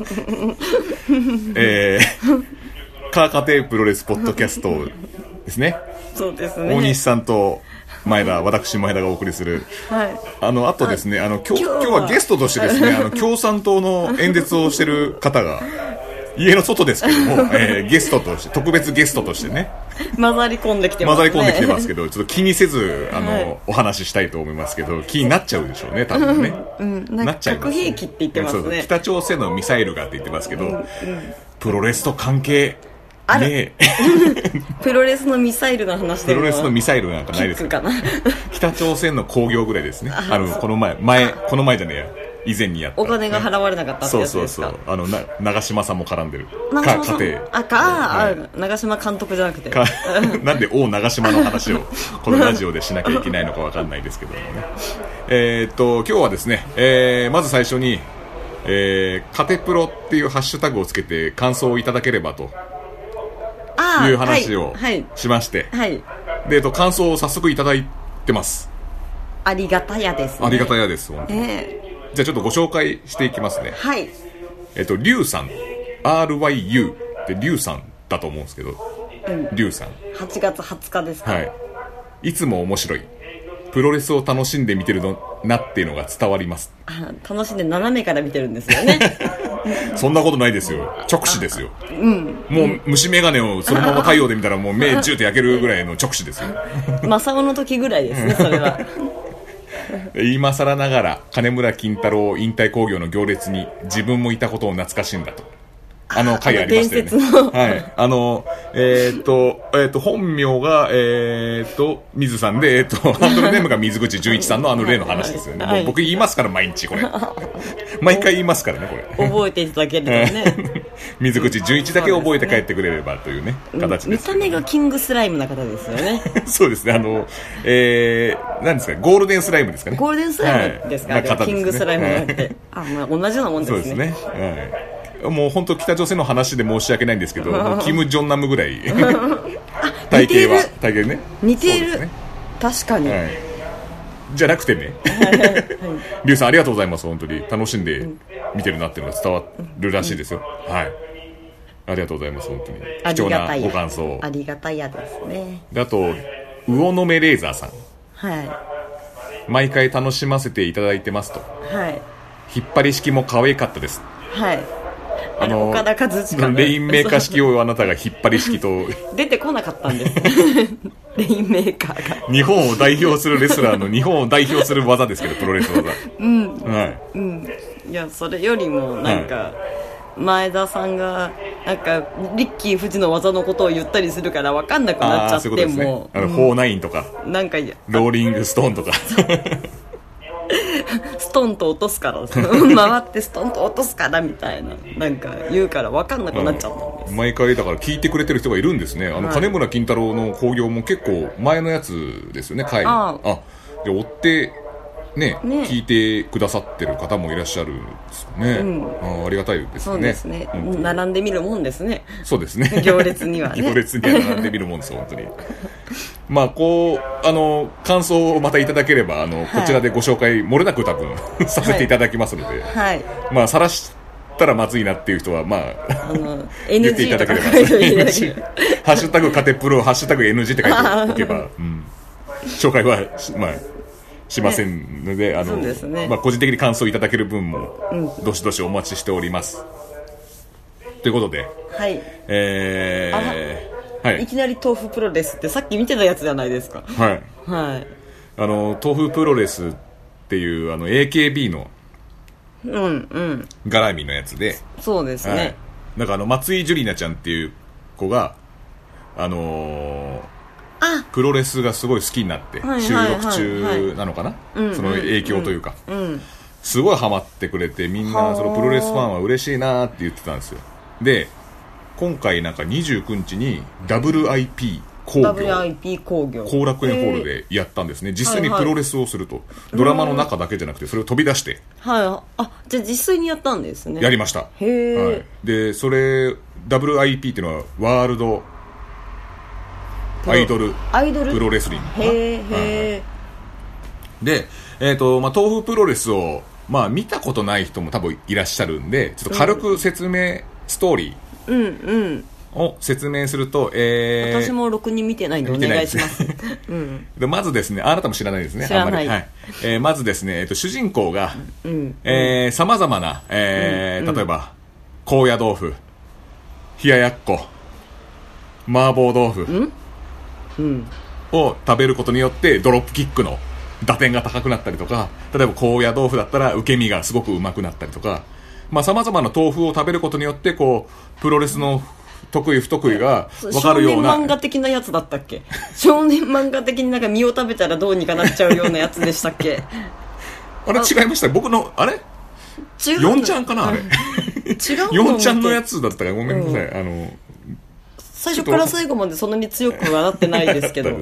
カーカテプロレスポッドキャストですね。 そうですね。 大西さんと私前田がお送りする、 はい、 あとですね、今日はゲストとしてですね、共産党の演説をしてる方が家の外ですけども、ゲストとして、特別ゲストとしてね、 混ざり込んできてますね。 混ざり込んできてますけど、ちょっと気にせずお話ししたいと思いますけど、気になっちゃうでしょうね、多分ね。 なっちゃいます。核兵器って言ってますね。 そう北朝鮮のミサイルがって言ってますけど、プロレスと関係あるプロレスのミサイルの話でプロレスのミサイルなんかないですか北朝鮮の興行ぐらいですね。この前じゃねえや、以前にやったお金が払われなかったってやつですか。 そう長嶋さんも絡んでる長嶋監督じゃなくてなんで長嶋の話をこのラジオでしなきゃいけないのか分かんないですけどもね。今日はですね、まず最初に、カテプロっていうハッシュタグをつけて感想をいただければという話をしまして、で感想を早速いただいてます。 ありがたやですね。 ありがたやです本当に。じゃあちょっとご紹介していきますね。 はい。 リュウさん RYU ってリュウさんだと思うんですけど、リュウさん 8月20日ですか。 はい。いつも面白い。プロレスを楽しんで見てるのなっていうのが伝わります。 楽しんで斜めから見てるんですよね。 そんなことないですよ。直視ですよ。もう虫眼鏡をそのまま太陽で見たらもう目ジューって焼けるぐらいの直視ですよ。 正雄の時ぐらいですね、それは。 今更ながら金村金太郎引退興行の行列に自分もいたことを懐かしんだと。回ありましたよね。はい。本名が、水さんで、ハンドルネームが水口純一さんの例の話ですよね。もう僕言いますから、毎日これ。毎回言いますからね、これ。 覚えていただけるとね。 水口純一だけ覚えて帰ってくれればというね、形です。 見た目がキングスライムな方ですよね。 そうですね、何ですか、ゴールデンスライムですかね。 ゴールデンスライムですか、キングスライムなんて。同じようなもんですね。 そうですね。もう本当北朝鮮の話で申し訳ないんですけど、キム・ジョンナムぐらい体型ね似ている、確かに、 じゃなくてね、リュウさんありがとうございます。本当に楽しんで見てるなっていうのが伝わるらしいですよ。はい、ありがとうございます。本当に貴重なご感想。 ありがたやですね。 であと魚の目レーザーさん、毎回楽しませていただいてますと。引っ張り式も可愛かったです。岡田和親レインメーカー式をあなたが引っ張り式と出てこなかったんですレインメーカーが日本を代表するレスラーの日本を代表する技ですけど、プロレス技。 いやそれよりもなんか、前田さんがなんかリッキー富士の技のことを言ったりするから分かんなくなっちゃっても、 49とかなんかローリングストーンとかストンと落とすから回ってストンと落とすからみたいななんか言うから分かんなくなっちゃったんです。 毎回だから聞いてくれてる人がいるんですね。金村金太郎の興行も結構前のやつですよね、回。じゃあ追ってね、聞いてくださってる方もいらっしゃるんですよね。ありがたいですね。 そうですね、並んでみるもんですね。 そうですね、 行列にはね行列には並んでみるもんですよ、本当に。感想をまたいただければこちらでご紹介漏れなく多分させていただきますので、晒したらまずいなっていう人は言っていただければハッシュタグカテプロハッシュタグ NG って書いておけば、紹介はしませんので、個人的に感想いただける分もどしどしお待ちしております。ということで、 いきなり豆腐プロレスってさっき見てたやつじゃないですか。豆腐プロレスっていう AKB の絡みのやつで、 そうですね、 なんか松井樹里奈ちゃんっていう子がプロレスがすごい好きになって収録中なのかな、その影響というか、すごいハマってくれて、みんなそのプロレスファンは嬉しいなって言ってたんですよ。で今回なんか29日に WIP 工業後楽園ホールでやったんですね。実際にプロレスをすると、ドラマの中だけじゃなくてそれを飛び出して、 じゃあ実際にやったんですね。 やりました。でそれ WIP っていうのはワールドアイドルプロレスリング。で豆腐プロレスをまあ見たことない人も多分いらっしゃるんで、ちょっと軽く説明、ストーリーを説明すると、 私もろくに見てないんでお願いします。 でまずですね、あなたも知らないですね。 知らない。 あんまり、はい。まずですね、主人公が、様々な、例えば高野豆腐、冷ややっこ、麻婆豆腐を食べることによってドロップキックの打点が高くなったりとか、例えば高野豆腐だったら受け身がすごく上手くなったりとか、まあ様々な豆腐を食べることによってこうプロレスの得意不得意が分かるような。 少年漫画的なやつだったっけ？少年漫画的になんか身を食べたらどうにかなっちゃうようなやつでしたっけ？ あれ違いました。僕のあれ4ちゃんかなあれ。違う4ちゃんのやつだったからごめんなさい。 最初から最後までそんなに強くはなってないですけど、はい、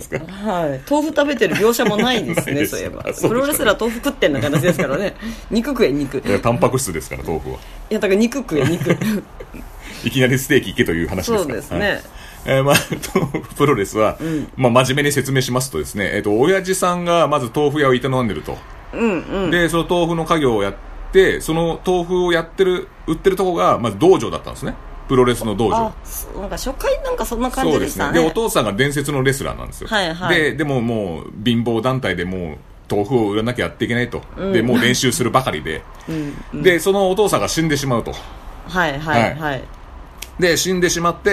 豆腐食べてる描写もないですね。そういえばプロレスラー豆腐食ってんな形ですからね。肉食え肉。 いやタンパク質ですから豆腐は。 いやだから肉食え肉。 いきなりステーキ行けという話ですから。 そうですね。 まあ、プロレスは、まあ、真面目に説明しますとですね、親父さんがまず豆腐屋を営んでると、でその豆腐の家業をやって、その豆腐を売ってるとこがまず道場だったんですね。プロレスの道場。 なんか初回なんかそんな感じでしたね。 そうですね。でお父さんが伝説のレスラーなんですよ。 はいはい。 でももう貧乏団体でもう豆腐を売らなきゃやっていけないと、でもう練習するばかりで、でそのお父さんが死んでしまうと。 はいはいはい。 で死んでしまって、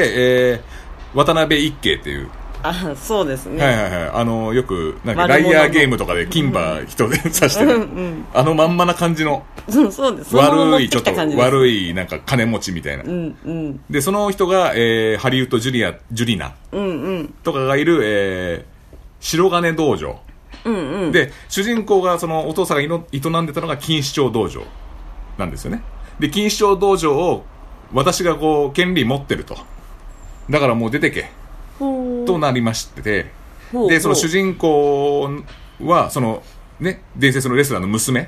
渡辺一慶っていう。 そうですね。 はいはいはい。よくなんかライアーゲームとかで金馬人で刺してる、まんまな感じの、 そうです。 悪いちょっと悪いなんか金持ちみたいな。でその人が、ハリウッドジュリナとかがいる、白金道場、で主人公がそのお父さんが営んでたのが錦糸町道場なんですよね。で錦糸町道場を私がこう権利持ってると、だからもう出てけとなりまして、でその主人公はそのね伝説のレスラーの娘、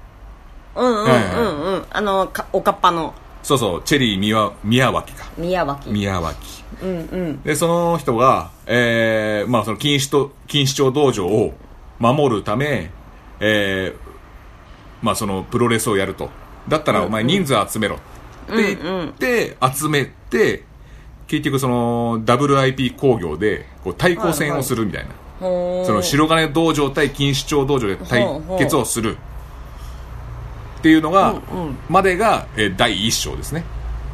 おかっぱの、 そうそう、チェリー宮脇か、宮脇、でその人が、まあその錦糸町道場を守るため、まあそのプロレスをやると、だったらお前人数集めろって言って集めて、結局その WIP 工業でこう対抗戦をするみたいな、その白金道場対錦糸町道場で対決をするっていうのが、までが、第一章ですね。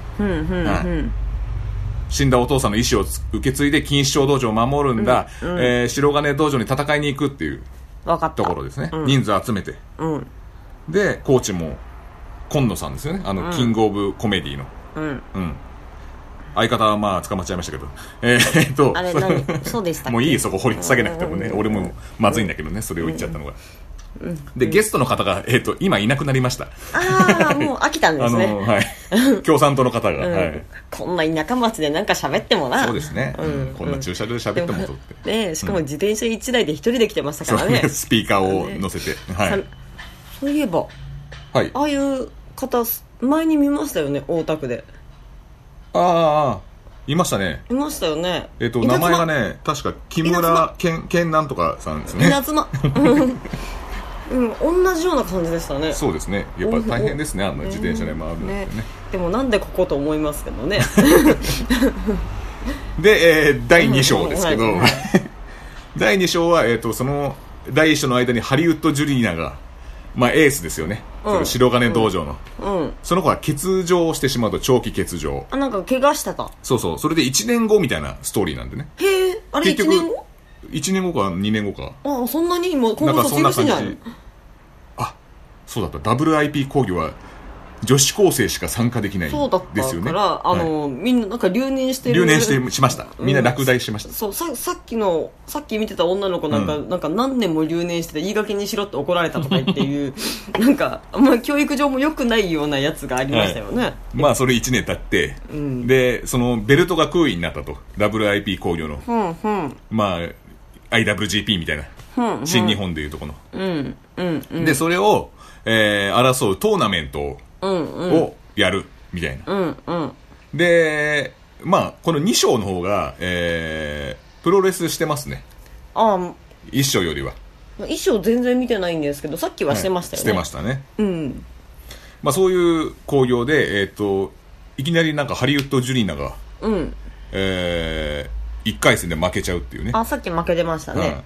死んだお父さんの意思を受け継いで錦糸町道場を守るんだ、白金道場に戦いに行くっていうところですね。人数集めて、でコーチも今野さんですよね。キングオブコメディの、相方はまあ捕まっちゃいましたけど、 あれそうでしたっけ？ もういい、そこ掘り下げなくてもね、俺もまずいんだけどね、それを言っちゃったのが。でゲストの方が、今いなくなりました。 もう飽きたんですね。 はい、共産党の方が、 こんな田舎町でなんか喋ってもな。 そうですね、こんな駐車場で喋ってもとって、 しかも自転車1台で1人で来てましたからね。 スピーカーを乗せて、 そういえば、ああいう方前に見ましたよね、大田区で。 いましたね。 いましたよね。 名前がね、確か木村健なんとかさんですね。 稲妻。同じような感じでしたね。 そうですね。やっぱ大変ですね、あんな自転車で回るのってね。 でもなんでここと思いますけどね。 で、第2章ですけど、第2章は、その第1章の間にハリウッドジュリーナが、まあエースですよね、白金道場の、その子は欠場をしてしまうと、長期欠場、 なんか怪我してた。 そうそう、それで1年後みたいなストーリーなんでね。 へえ、あれ1年後 1年後か2年後か、 そんなにもう今後卒業してんじゃないの？ そうだった、WIP 工業は女子高生しか参加できないんですよね。そうだったから、みんななんか留年してしました。みんな落第しました。 そう、さっき見てた女の子なんか何年も留年してて、言い訳にしろって怒られたとか言っていうなんか教育上も良くないようなやつがありましたよね。 まあそれ1年経って、でそのベルトが空位になったと、 WIP 工業の、まあ IWGP みたいな、新日本でいうとこの、でそれを、争うトーナメントをやるみたいな、でまあこの2章の方が、プロレスしてますね、1章よりは。 衣装全然見てないんですけど、さっきはしてましたよね。 してましたね。まあ、そういう興行で、いきなりなんかハリウッドジュリナが、1回戦で負けちゃうっていうね。 さっき負けてましたね。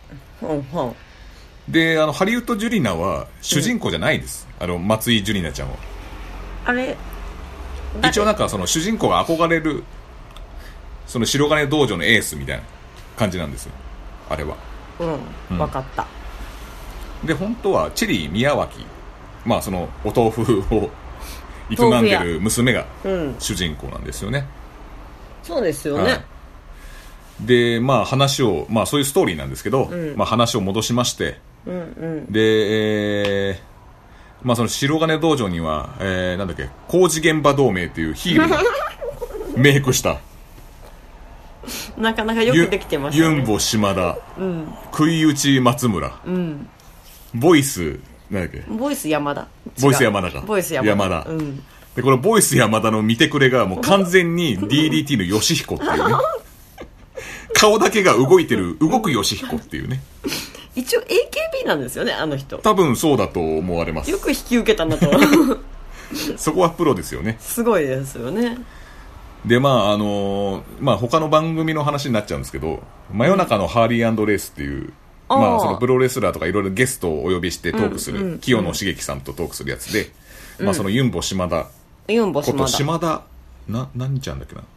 で、ハリウッドジュリナは主人公じゃないです。松井ジュリナちゃんは。 あれ一応なんかその主人公が憧れる、その白金道場のエースみたいな感じなんですよ。あれは。 分かった。 で、本当はチェリー宮脇、まあそのお豆腐を営んでる娘が主人公なんですよね。 そうですよね。 で、まあ話を、まあそういうストーリーなんですけど、まあ話を戻しまして、で、まあその白金道場には、なんだっけ、工事現場同盟っていうヒールがメイクしたなかなかよくできてましたね。 ユンボ島田、食い打ち松村、ボイスなんだっけ、 ボイス山田、 ボイス山田か、 ボイス山田、 でこのボイス山田の見てくれがもう完全に DDT のヨシヒコっていうね顔だけが動くヨシヒコっていうね。 一応 AKB なんですよね、あの人。 多分そうだと思われます。 よく引き受けたんだとそこはプロですよね。 すごいですよね。 で、まあまあ他の番組の話になっちゃうんですけど、真夜中のハーリー&レースっていう、まあそのプロレスラーとかいろいろゲストをお呼びしてトークする、清野茂樹さんとトークするやつで、まあそのユンボ島田こと島田何ちゃんだっけな、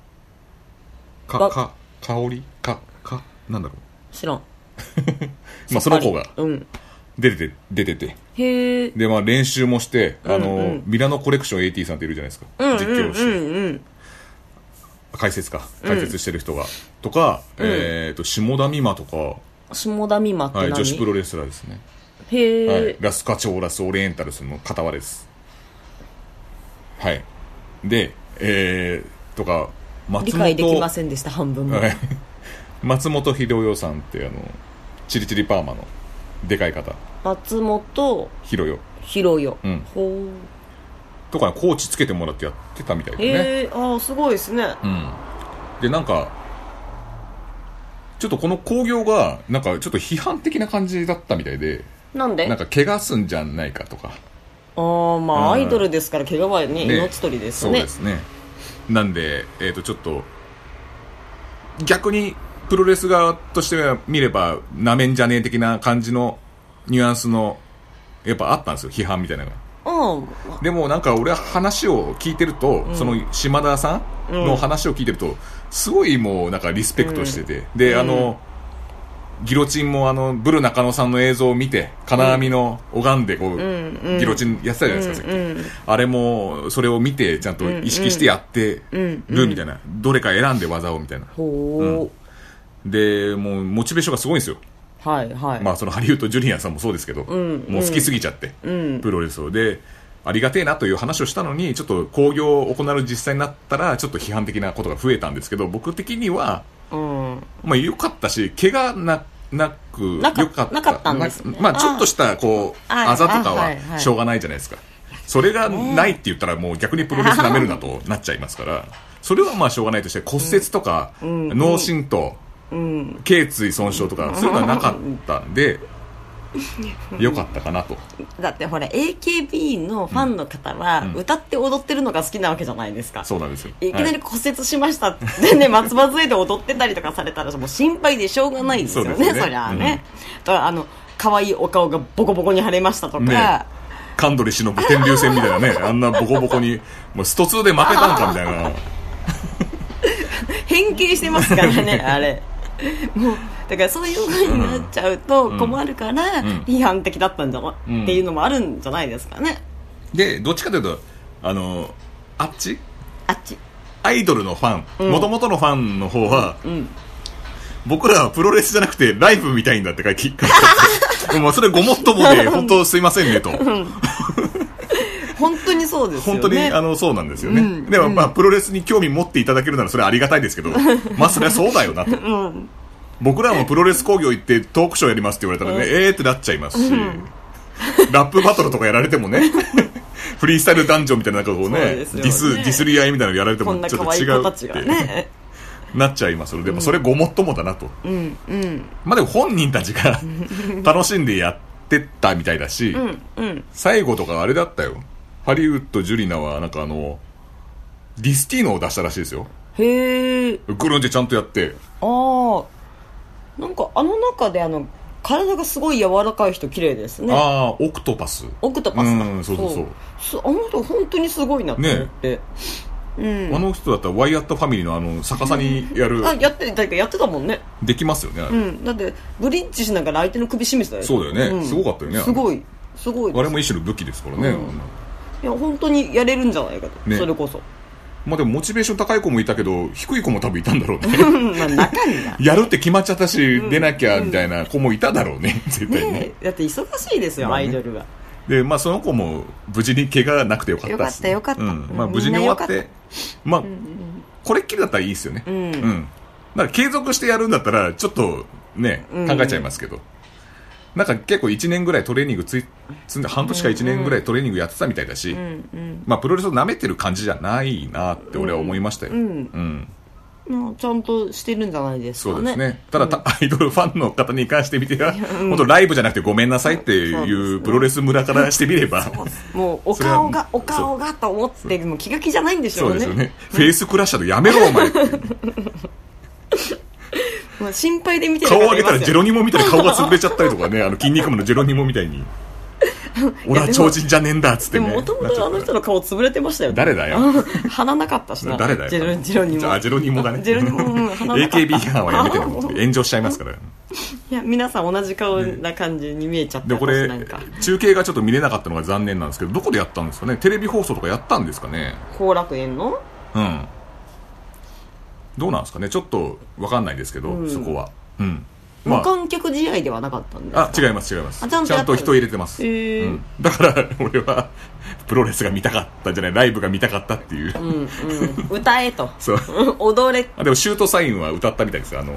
香りなんだろう、 知らんまあその子が出てて、 へでまあ練習もして、ミラノコレクション AT さんっているじゃないですか、実況して解説してる人がとか、下田美馬とか、 下田美馬って何、 女子プロレスラーですね。 へえ、 ラスカチョーラスオリエンタルスの片割れです。はいで、とか理解できませんでした、半分も。 松本秀夫さんってチリチリパーマのでかい方、 松本博代、 ほうとかコーチつけてもらってやってたみたいですね。 すごいですね。 でなんかちょっとこの興行がなんかちょっと批判的な感じだったみたいで、 なんで、 なんか怪我すんじゃないかとか、 まあアイドルですから怪我はね、命取りですね。 そうですね。なんでちょっと逆にプロレス側としては見ればなめんじゃねえ的な感じのニュアンスのやっぱあったんですよ、批判みたいなのが。でもなんか俺は話を聞いてると、その島田さんの話を聞いてるとすごいもうなんかリスペクトしてて、でギロチンもブル中野さんの映像を見て金網の拝んでこう、ギロチンやってたじゃないですか、さっき、あれもそれを見てちゃんと意識してやってるみたいな、どれか選んで技をみたいな、でもうモチベーションがすごいんですよ。まあそのハリウッドジュニアさんもそうですけど、もう好きすぎちゃって、プロレスをでありがてえなという話をしたのに、ちょっと興行を行う実際になったらちょっと批判的なことが増えたんですけど、僕的にはまあ良かったし、怪我なく良かったんですね。まあちょっとしたこうあざとかはしょうがないじゃないですか。それがないって言ったらもう逆にプロレスなめるなとなっちゃいますから、それはまあしょうがないとして、骨折とか脳震盪、頸椎損傷とかそういうのはなかったんでよかったかなと。 だってほら AKB のファンの方は歌って踊ってるのが好きなわけじゃないですか。 そうなんですよ。 いきなり骨折しましたってね、松葉杖で踊ってたりとかされたらもう心配でしょうがないですよね。そりゃあね、可愛いお顔がボコボコに腫れましたとか、 神取忍天竜戦みたいなね、あんなボコボコにもうスト2で負けたんかみたいな変形してますからねあれもうだからそういう風になっちゃうと困るから批判的だったんじゃな、っていうのもあるんじゃないですかね。 でどっちかというとあっちアイドルのファン、元々のファンの方は、僕らはプロレスじゃなくてライブ見たいんだって書いてもうそれごもっともで本当すいませんねと本当にそうですよね。 本当にそうなんですよね。でもまあプロレスに興味持っていただけるならそれはありがたいですけどまあそれはそうだよなと、僕らもプロレス興行行ってトークショーやりますって言われたらね、ってなっちゃいますし、ラップバトルとかやられてもねフリースタイルダンジョンみたいなこうね、ディスり合いみたいなのやられてもちょっと違うってなっちゃいますので、それごもっともだなと、まあでも本人たちが楽しんでやってったみたいだし、最後とかあれだったよ、ハリウッドジュリナはなんかディスティーノを出したらしいですよ。 へえ。 グルンってちゃんとやって、 なんか中で体がすごい柔らかい人綺麗ですね。 オクトパスそうあの人本当にすごいなと思って、あの人だったらワイアットファミリーの逆さにやる、 やってたもんね。 できますよね、 だってブリッジしながら相手の首絞めてたよ。 そうだよね、すごかったよね。 すごいあれも一種の武器ですからね、 いや本当にやれるんじゃないかと、それこそ。 まあでもモチベーション高い子もいたけど低い子も多分いたんだろうねまあ中にはやるって決まっちゃったし、出なきゃみたいな子もいただろうね絶対ね。 だって忙しいですよ、アイドルは。 でまあその子も無事に怪我がなくてよかったです、 よかった、 まあ無事に終わって、まあこれっきりだったらいいですよね。だから継続してやるんだったらちょっとね考えちゃいますけど、なんか結構1年ぐらいトレーニング積んで、半年か1年ぐらいトレーニングやってたみたいだし、まあプロレスを舐めてる感じじゃないなって俺は思いましたよ。 ちゃんとしてるんじゃないですかね。 そうですね。ただ、アイドルファンの方に関してみては、本当ライブじゃなくてごめんなさいっていうプロレス村からしてみれば、 もうお顔がと思っても気が気じゃないんでしょうね。 そうですよね。フェイスクラッシャーでやめろお前ってまあ心配で見てる顔上げたらジェロニモみたいに顔が潰れちゃったりとかね、筋肉マンのジェロニモみたいに俺は超人じゃねえんだっつってね。 でももともとあの人の顔潰れてましたよ。 誰だよ。 鼻なかったしな。 誰だよ。 ジェロニモ。 ジェロニモだね。 ジェロニモ、 AKB 批判はやめてね。炎上しちゃいますから。いや皆さん同じ顔な感じに見えちゃって、 でこれ中継がちょっと見れなかったのが残念なんですけど、どこでやったんですかね。テレビ放送とかやったんですかね。 後楽園のどうなんですかね。ちょっと分かんないですけど、そこは無観客試合ではなかったんですか。 違いますちゃんと人入れてます。だから俺はプロレスが見たかったんじゃない、ライブが見たかったっていう歌えとそう踊れ。 でもシュートサインは歌ったみたいですよ。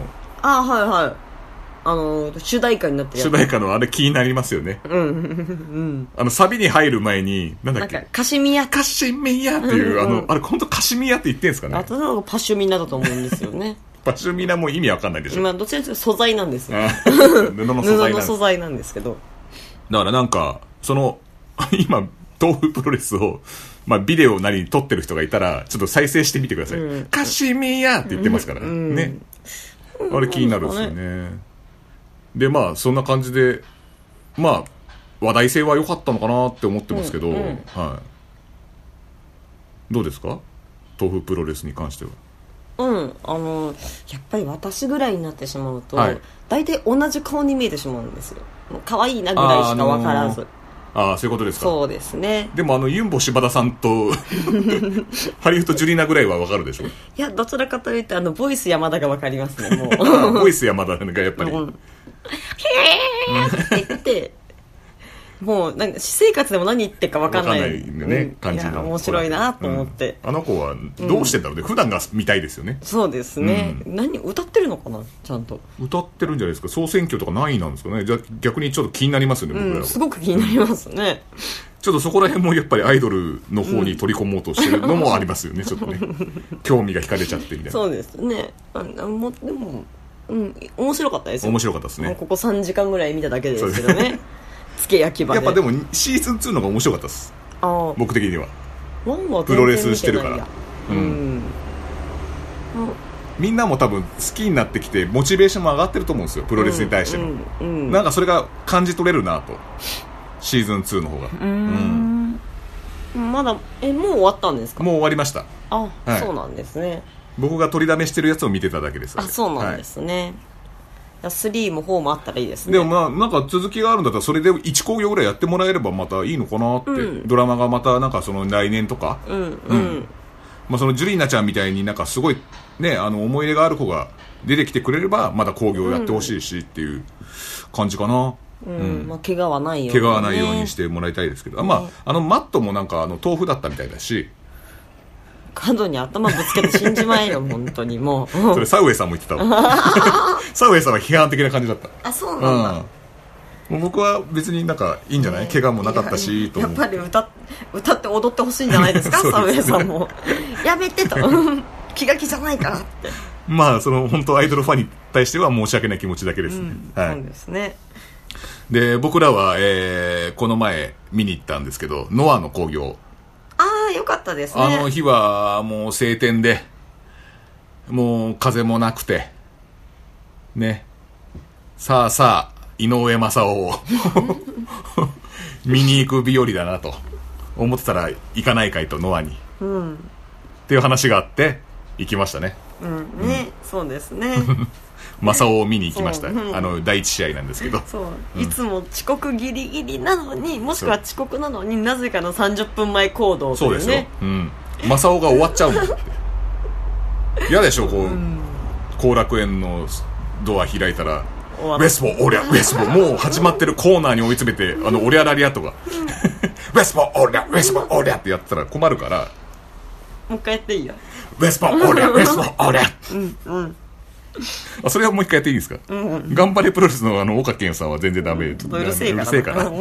主題歌になってるやつ。 主題歌のあれ気になりますよね。サビに入る前になんだっけ、 カシミヤっていうあれ本当カシミヤって言ってんですかね。 あとはパシュミナだと思うんですよねパシュミナも意味わかんないでしょ。 今どちらかというと素材なんですよ布の素材なんですけど、 だからなんか今豆腐プロレスを、ビデオなりに撮ってる人がいたらちょっと再生してみてください。カシミヤって言ってますからね。あれ気になるんですよね。でそんな感じで話題性は良かったのかなって思ってますけど、どうですか豆腐プロレスに関しては。 やっぱり私ぐらいになってしまうと、大体同じ顔に見えてしまうんですよ。可愛いなぐらいしか分からず。 そういうことですか。 そうですね。 でもユンボ柴田さんとハリウッドジュリナぐらいは分かるでしょ。いやどちらかというとボイス山田が分かりますね。もうボイス山田がやっぱり、へーって言ってもうなんか私生活でも何言ってるか分かんない感じの面白いなと思って、 あの子はどうしてんだろうね。普段が見たいですよね。 そうですね。何歌ってるのかな。ちゃんと歌ってるんじゃないですか。総選挙とか何位なんですかね。じゃあ逆にちょっと気になりますよね。僕らはすごく気になりますね。 ちょっとそこら辺もやっぱりアイドルの方に取り込もうとしてるのもありますよね。ちょっとね興味が惹かれちゃってみたいな。 そうですね。でも面白かったですよ。 面白かったですね。 ここ3時間ぐらい見ただけですけどねつけ焼き場で。 やっぱでもシーズン2の方が面白かったです。僕的にはプロレスしてるから。みんなも多分好きになってきてモチベーションも上がってると思うんですよ。プロレスに対しての、なんかそれが感じ取れるなと。シーズン2の方がまだもう終わったんですか。 もう終わりました。 そうなんですね。 僕が取りだめしてるやつを見てただけです。 そうなんですね。3も4もあったらいいですね。 でもなんか続きがあるんだったらそれで1工業ぐらいやってもらえればまたいいのかなって、ドラマがまたなんか来年とか、そのジュリーナちゃんみたいになんかすごいね思い入れがある子が出てきてくれればまだ工業やってほしいしっていう感じかな。 怪我はないようにしてもらいたいですけど、マットもなんか豆腐だったみたいだし、 角に頭ぶつけて死んじまえよ本当にもうそれサウエイさんも言ってたわサウエイさんは批判的な感じだった。 そうなんだ。 僕は別になんかいいんじゃない、怪我もなかったしとやっぱり歌って踊ってほしいんじゃないですかサウエイさんもやめてと気が気じゃないからって。 まあその本当アイドルファンに対しては申し訳ない気持ちだけですね、はい、 そうですね。 で僕らは、この前見に行ったんですけど、ノアの興行、 よかったですね。 あの日はもう晴天で、もう風もなくてね、さあさあ井上正雄を見に行く日和だなと思ってたら、行かないかいとノアに、っていう話があって行きましたね。 そうですね。 正雄を見に行きました。第一試合なんですけど、 そう、いつも遅刻ギリギリなのに、もしくは遅刻なのになぜかの30分前行動というね。 そうですよ、正雄が終わっちゃうもんって嫌でしょ、こう後楽園のドア開いたらウェスボーおりゃウェスボー、もう始まってるコーナーに追い詰めて、オリャラリアとかウェスボーおりゃウェスボーおりゃってやったら困るから、 もう一回やっていいよ。 ウェスボーおりゃウェスボーおりゃそれはもう一回やっていいですか。頑張れプロレスの岡健さんは全然ダメ、ちょっとうるせえから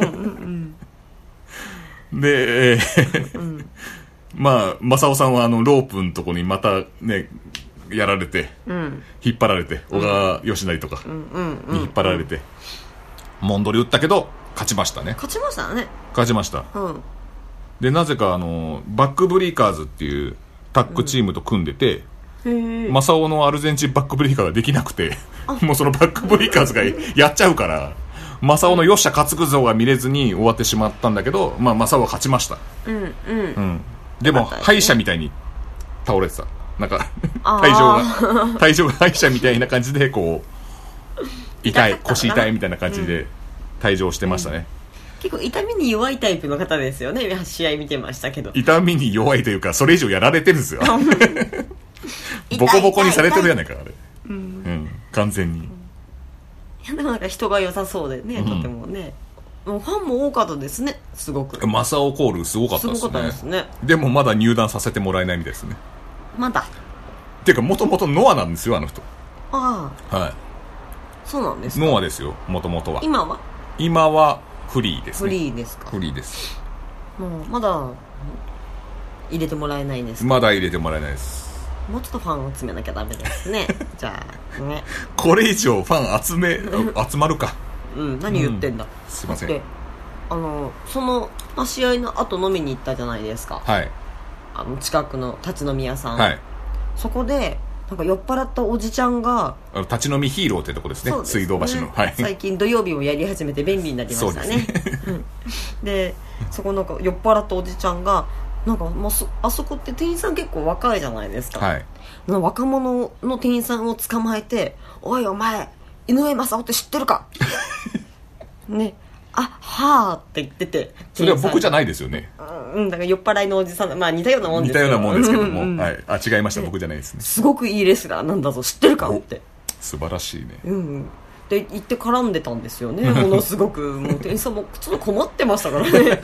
で、まあ正雄さんはロープのとこにまたねやられて、引っ張られて、小川義成とかに引っ張られて、モンドリ打ったけど勝ちましたね。 勝ちましたね。 勝ちました、でなぜかバックブリーカーズっていうタッグチームと組んでて、正雄のアルゼンチンバックブリーカーができなくて、もうそのバックブリーカーズがやっちゃうから、正雄のよっしゃ勝つくぞが見れずに終わってしまったんだけど、まあ正雄は勝ちました。でも敗者みたいに倒れてた、なんか体重が敗者みたいな感じで、こう痛い、腰痛いみたいな感じで退場してましたね。 結構痛みに弱いタイプの方ですよね。試合見てましたけど、 痛みに弱いというか、それ以上やられてるんですよボコボコにされてるやないか、あれ、完全に。 いやでもなんか人が良さそうでね、とてもね、もうファンも多かったですね。すごく正雄コールすごかったですね。でもまだ入団させてもらえないみたいですね。 まだっていうか、もともとノアなんですよ、あの人。はい、 そうなんですか。 ノアですよ、もともとは。 今はフリーですね。 フリーですか。 フリーです。 もうまだ入れてもらえないんですか。 まだ入れてもらえないです。 もうちょっとファンを集めなきゃダメですねじゃあね、 これ以上ファン集まるか何言ってんだ、 すいません。 でその、試合の後飲みに行ったじゃないですか。近くの立ち飲み屋さん、そこでなんか酔っ払ったおじちゃんが、 立ち飲みヒーローってとこですね、水道橋の、 最近土曜日もやり始めて便利になりましたね。でそこなんか酔っ払ったおじちゃんがなんかもうあそこって店員さん結構若いじゃないですか、若者の店員さんを捕まえて、おいお前井上正雄って知ってるかね、はーって言ってて、 それは僕じゃないですよね。 だから酔っ払いのおじさん、似たようなもんですけど、 似たようなもんですけども、違いました、僕じゃないですね。 すごくいいレスラーなんだぞ、知ってるかって。 素晴らしいね。 で言って絡んでたんですよね、ものすごく。もう店員さんもちょっと困ってましたからね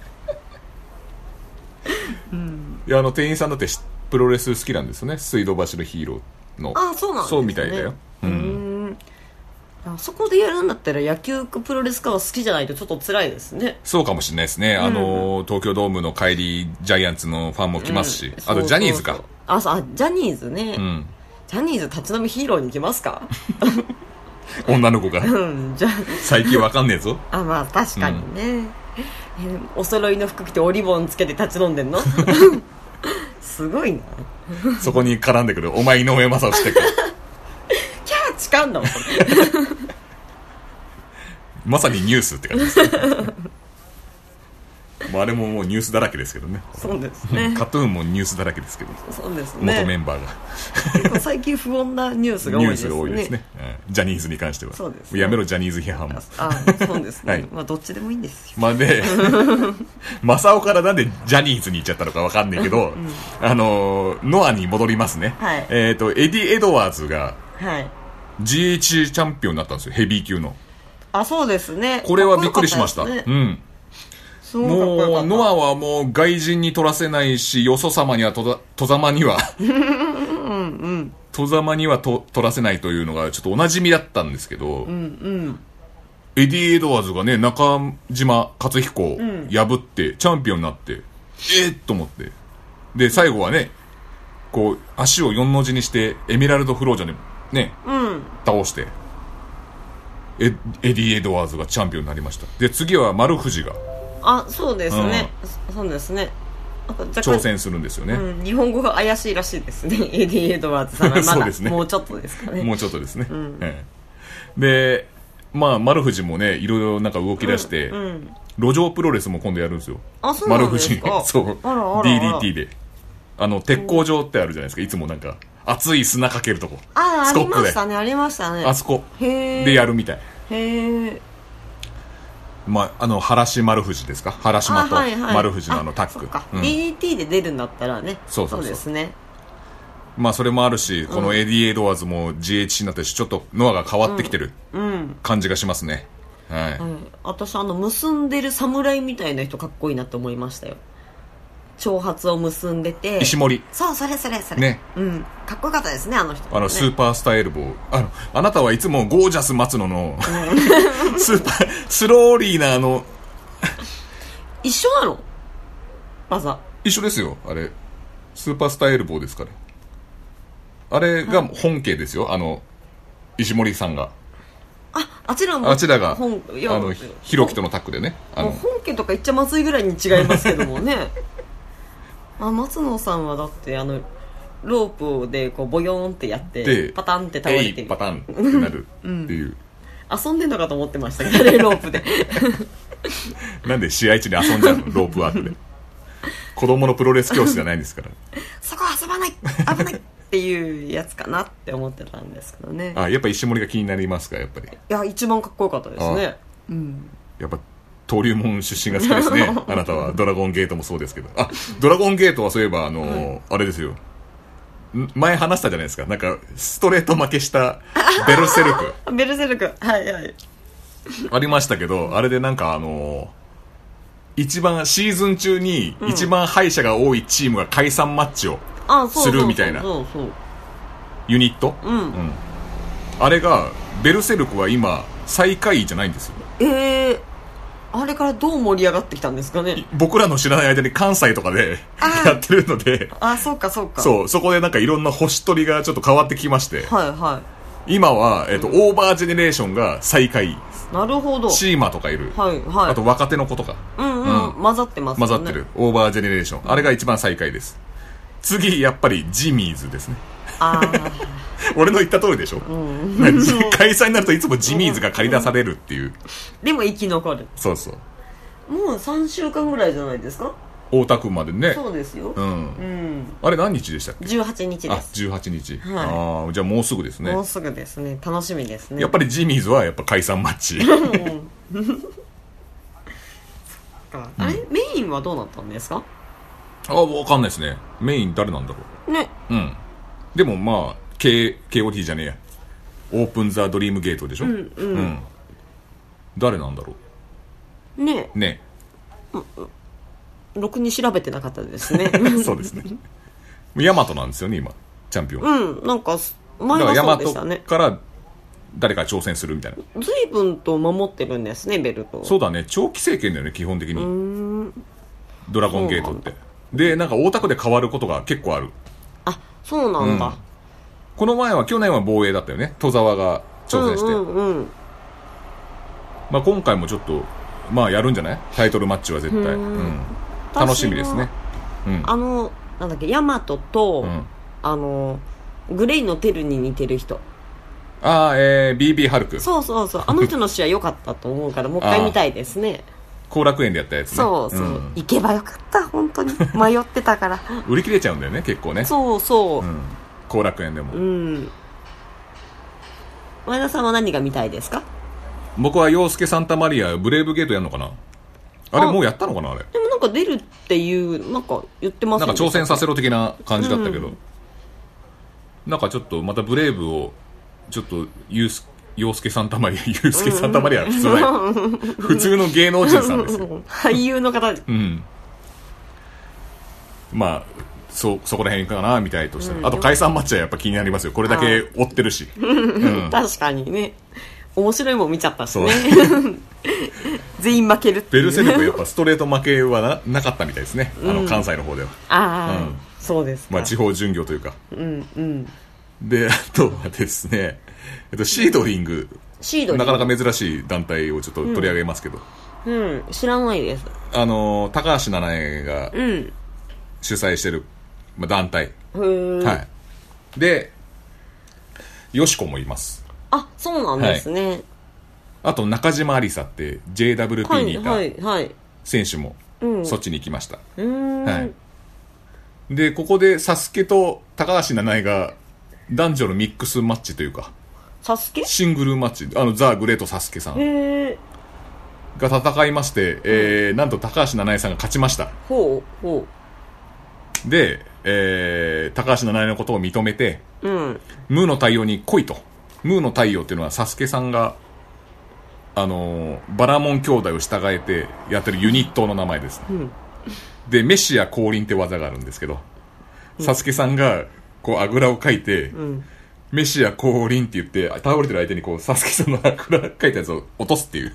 いや、店員さんだってプロレス好きなんですよね、水道橋のヒーローの。 そうなんですね。 そうみたいだよ。 あそこでやるんだったら野球かプロレスかは好きじゃないとちょっと辛いですね。 そうかもしれないですね。東京ドームの帰りジャイアンツのファンも来ますし、あとジャニーズか。 ジャニーズね、ジャニーズ立ち飲みヒーローに来ますか女の子が、最近わかんねえぞ確かにね、お揃いの服着ておリボンつけて立ち飲んでんのすごいなそこに絡んでくるお前井上正雄知ってるかキャー痴漢だもんまさにニュースって感じですあれももうニュースだらけですけどね。 そうですね。 カトゥーンもニュースだらけですけど。 そうですね。 元メンバーが結構最近不穏なニュースが多いですね。 ニュースが多いですね。ジャニーズに関しては。 そうですね。 やめろジャニーズ批判も。 そうですね。どっちでもいいんですよ。 で正雄からなんでジャニーズに行っちゃったのかわかんないけど、ノアに戻りますね。エディ・エドワーズが GH チャンピオンになったんですよ、ヘビー級の。 そうですね。 これはびっくりしました。もうノアはもう外人に取らせないし、よそ様には戸ざまには戸ざまには取らせないというのがちょっとおなじみだったんですけど、エディ・エドワーズがね、中島克彦を破ってチャンピオンになって、と思って、で最後はねこう足を4の字にしてエメラルドフロージョンでね、倒してエディ・エドワーズがチャンピオンになりました。で次は丸藤がそうですね、そうですね、 挑戦するんですよね、 日本語が怪しいらしいですねエディ・エドワーズさんはまだそうですね、 もうちょっとですかね、 もうちょっとですね、でまあ丸藤もねいろいろなんか動き出して、路上プロレスも今度やるんですよ。 そうなんですか。 丸藤そう DDT で鉄工場ってあるじゃないですか、いつもなんか熱い砂かけるとこ、 ありましたね、ありましたね、 あそこでやるみたい。まあ、原島丸藤ですか、原島と丸藤のタッグ、 DDT で出るんだったらね、そうですね、 まあそれもあるし、このエディ・エドワーズも GHC になってちょっとノアが変わってきてる感じがしますね、 私結んでる侍みたいな人かっこいいなって思いましたよ。長髪を結んでて、 石森、 そうそれね、かっこよかったですね、あの人、ね、 スーパースターエルボー、あなたはいつもゴージャス松野のスローリーな一緒なの技一緒ですよ、あれスーパースターエルボーですから、あれが本家ですよ、石森さんが、 あちらがひろきとのタッグでね、 本家とか言っちゃまずいぐらいに違いますけどもね松野さんはだってロープでこうボヨーンってやってパタンって倒れてる、 パタンってなるっていう、 遊んでんのかと思ってましたけどねロープでなんで試合中に遊んじゃうのロープワークで子供のプロレス教室じゃないんですからそこ遊ばない危ないっていうやつかなって思ってたんですけどね。 やっぱ石森が気になりますか、やっぱり。 いや一番かっこよかったですね。 やっぱ登竜門出身が好きですねあなたは。ドラゴンゲートもそうですけど、ドラゴンゲートはそういえばあれですよ、前話したじゃないですか、なんかストレート負けしたベルセルクベルセルク、はいはい、 ありましたけど、あれでなんか一番シーズン中に一番敗者が多いチームが解散マッチをするみたいなユニット、あれがベルセルクは今最下位じゃないんですよ。 あれからどう盛り上がってきたんですかね。 僕らの知らない間に関西とかでやってるので、 そうかそこでなんかいろんな星取りがちょっと変わってきまして、今は、オーバージェネレーションが最下位。 なるほど。 シーマとかいる、あと若手の子とか、 混ざってますね。 混ざってるオーバージェネレーション、あれが一番最下位です。次やっぱりジミーズですね。俺の言った通りでしょ、開催になるといつもジミーズが借り出されるっていう、 でも生き残る。 そうもう3週間ぐらいじゃないですか、 大田区までね。 そうですよ、 あれ何日でしたっけ。 18日です。 18日、じゃあもうすぐですね。 もうすぐですね、楽しみですね。 やっぱりジミーズはやっぱ解散マッチあれ、メインはどうなったんですか。 わかんないですね。メイン誰なんだろうね。でもまあ KOT じゃねえや、オープンザドリームゲートでしょ。誰なんだろうね。 ろくに調べてなかったですねそうですね。ヤマトなんですよね今チャンピオン。 なんか前はそうでしたね。 ヤマトから誰か挑戦するみたいな。 随分と守ってるんですね、ベルト。 そうだね、長期政権だよね基本的に。ドラゴンゲートってで、なんか大田区で変わることが結構ある。 そうなんだ。 この前は去年は防衛だったよね、戸沢が挑戦して、まあ今回もちょっとやるんじゃない、タイトルマッチは絶対。楽しみですね。 なんだっけ、ヤマトと、グレイのテルに似てる人、 BB ハルク。 そうあの人の試合良かったと思うからもう一回見たいですね。 後楽園でやったやつね。 行けばよかった、本当に迷ってたから売り切れちゃうんだよね結構ね。後楽園でも。 前田さんは何が見たいですか。 僕は陽介サンタマリアブレイブゲートやるのかな。あれもうやったのかな。あれでもなんか出るっていうなんか言ってますね。 なんか挑戦させろ的な感じだったけど、なんかちょっとまたブレイブをちょっと陽介サンタマリア普通だよ普通の芸能人さんですよ俳優の方で、 まあそこら辺かなみたいとして、あと解散マッチはやっぱ気になりますよ、これだけ追ってるし確かにね、面白いもん見ちゃったしね全員負けるっていう。 ベルセルクやっぱストレート負けは なかったみたいですね、関西の方では。 そうですか。 まあ、地方巡業というか。 うんうん。 で、あとはですね、シードリング。なかなか珍しい団体をちょっと取り上げますけど。 うん、知らないです。 高橋七重が主催してる、まあ、団体。はい。で、よしこもいます。 あ、そうなんですね。はい、 あと中島ありさって JWP にいた選手もそっちに行きました。はい。で、ここでサスケと高橋七重が男女のミックスマッチというか、 サスケシングルマッチ、ザ・グレートサスケさんが戦いまして、なんと高橋七重さんが勝ちました。 ほうほう。で、高橋七重のことを認めて、ムーの太陽に来いと。ムーの太陽っていうのはサスケさんがバラモン兄弟を従えてやってるユニットの名前ですね。で、メシア降臨って技があるんですけど、サスケさんがこうあぐらをかいて、メシア降臨って言って倒れてる相手にこうサスケさんのあぐらかいたやつを落とすっていう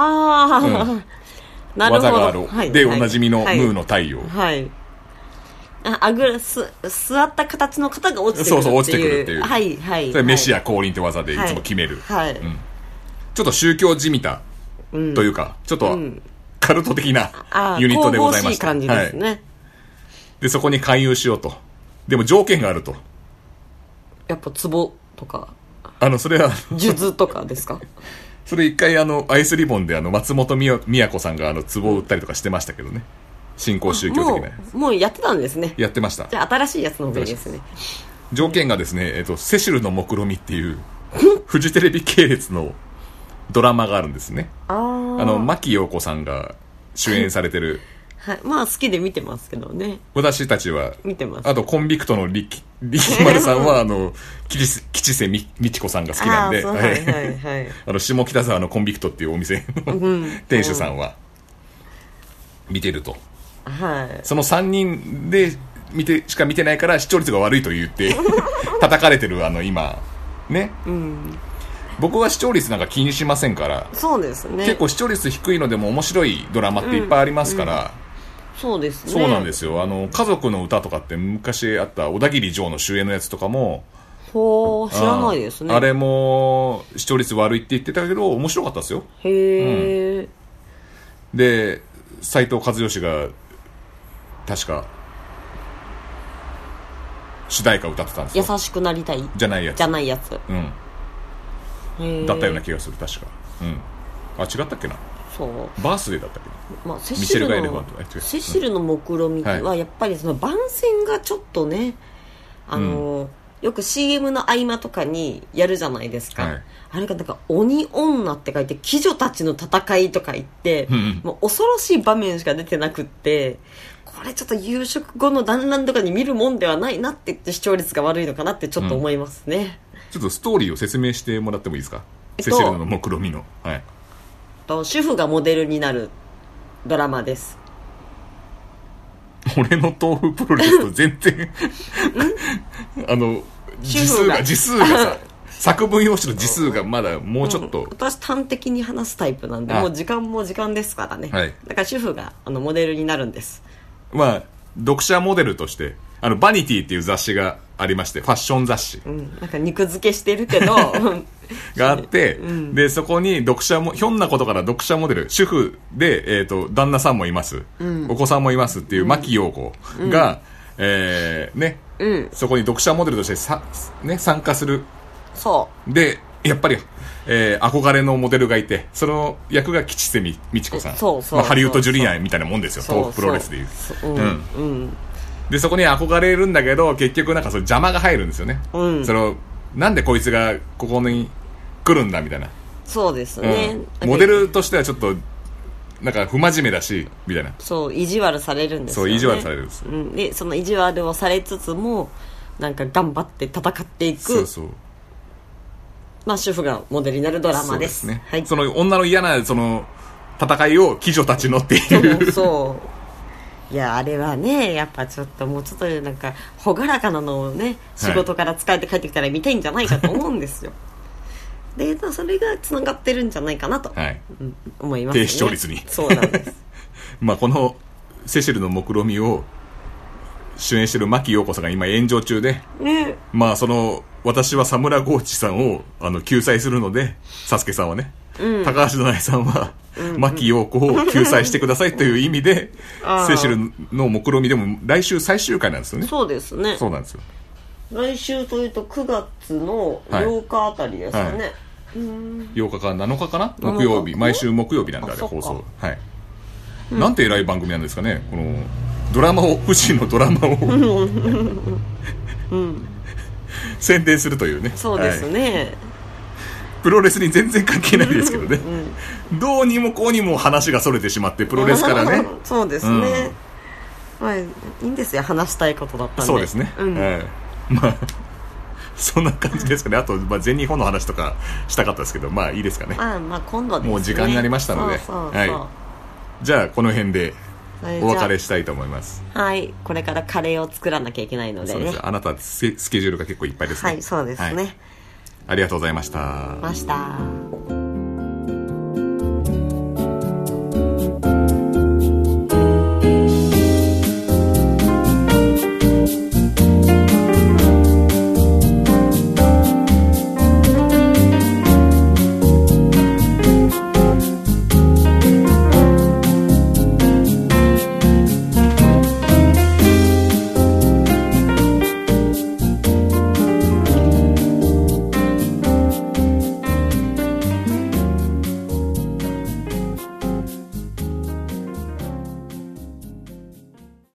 なるほど技がある、はい、で、おなじみのムーの太陽、 はい、あぐら座った形の方が落ちてくるっていう、 そう落ちてくるっていう、 はいはい、 それメシア降臨って技でいつも決める、はい、ちょっと宗教じみたというか、ちょっとカルト的なユニットでございました。 神々しい感じですね、はい、 でそこに勧誘しようと。でも条件があると。 やっぱ壺とかそれは数珠とかですか？ それ一回アイスリボンで松本美子さんが壺を売ったりとかしてましたけどね。新興宗教的なやつもうやってたんですね。 やってました。 じゃあ新しいやつの方がいいですね。 条件がですね、セシルの目論見っていうフジテレビ系列のドラマがあるんですね。牧陽子さんが主演されてるはい、まあ好きで見てますけどね。 私たちは見てます。 あとコンビクトの力丸さんは吉瀬美智子さんが好きなんで、はいはいはい、下北沢のコンビクトっていうお店の店主さんは見てると、はい、その3人でしか見てないから視聴率が悪いと言って叩かれてる今ね、僕は視聴率なんか気にしませんから。 そうですね。 結構視聴率低いのでも面白いドラマっていっぱいありますから、 そうですね。 そうなんですよ。家族の歌とかって昔あった小田切丈の主演のやつとかも、 知らないですね。 あれも視聴率悪いって言ってたけど面白かったですよ。 へえ、 で斉藤和義が確か主題歌を歌ってたんですよ。 優しくなりたいじゃないやつ、だったような気がする。確か、違ったっけな。そうバースデーだったっけな、 セシルの目論見はやっぱりその番宣がちょっとね、よく CM の合間とかにやるじゃないですか、はい、あれがなんか鬼女って書いて鬼女たちの戦いとか言って、もう恐ろしい場面しか出てなくって、これちょっと夕食後の団らんとかに見るもんではないなって言って視聴率が悪いのかなってちょっと思いますね、 ちょっとストーリーを説明してもらってもいいですか。セシルの目論見の、はい、 主婦がモデルになるドラマです。 俺の豆腐プロレスと全然字数がさ作文用紙の字数がまだもうちょっと、 私端的に話すタイプなんで、もう時間も時間ですからね、はい、だから主婦がモデルになるんです。 まあ読者モデルとしてバニティっていう雑誌がありまして、ファッション雑誌、 なんか肉付けしてるけどがあって、でそこにひょんなことから読者モデル、主婦で、旦那さんもいます、お子さんもいますっていう牧陽子が、そこに読者モデルとして参加する。そうでやっぱり、憧れのモデルがいて、その役が吉瀬美智子さん、ハリウッドジュリアンみたいなもんですよ、豆腐プロレスでいう。でそこに憧れるんだけど、結局なんかその邪魔が入るんですよね、なんでこいつがここに来るんだみたいな。 そうですね、 モデルとしてはちょっとなんか不真面目だしみたいな。 そう意地悪されるんですよね。 そう意地悪されるんです、 でその意地悪をされつつもなんか頑張って戦っていく、主婦がモデルになるドラマです。 そうですね、はい、その女の嫌なその戦いを鬼女たちのっていういやあれはね、やっぱちょっともうちょっとなんか朗らかなのをね、仕事から疲れて帰ってきたら見たいんじゃないかと思うんですよでそれがつながってるんじゃないかなと、思いますね。 低視聴率に。 そうなんですこのセシルの目論見を主演してる牧陽子さんが今炎上中で、まあ私は佐村豪地さんを救済するので、サスケさんはね、高橋七重さんは牧陽子を救済してくださいという意味で、セシルの目論見でも来週最終回なんですよね。 そうですね。 そうなんですよ。 来週というと9月の8日あたりですよね。 8日か7日かな、木曜日、毎週木曜日なんで、あれ放送。はい。なんて偉い番組なんですかね、このドラマを、富士のドラマを宣伝するというね。 そうですね。 プロレスに全然関係ないですけどね、どうにもこうにも話がそれてしまって、プロレスからねそうですね、いいんですよ、話したいことだったんで。 そうですね、まあそんな感じですかね。あと、全日本の話とかしたかったですけど、まあいいですかね。 まあ今度ですね、 もう時間になりましたので、じゃあこの辺でお別れしたいと思います。 はい、これからカレーを作らなきゃいけないのでね。そうです。 あなたスケジュールが結構いっぱいですね。 はい、そうですね、 ありがとうございました。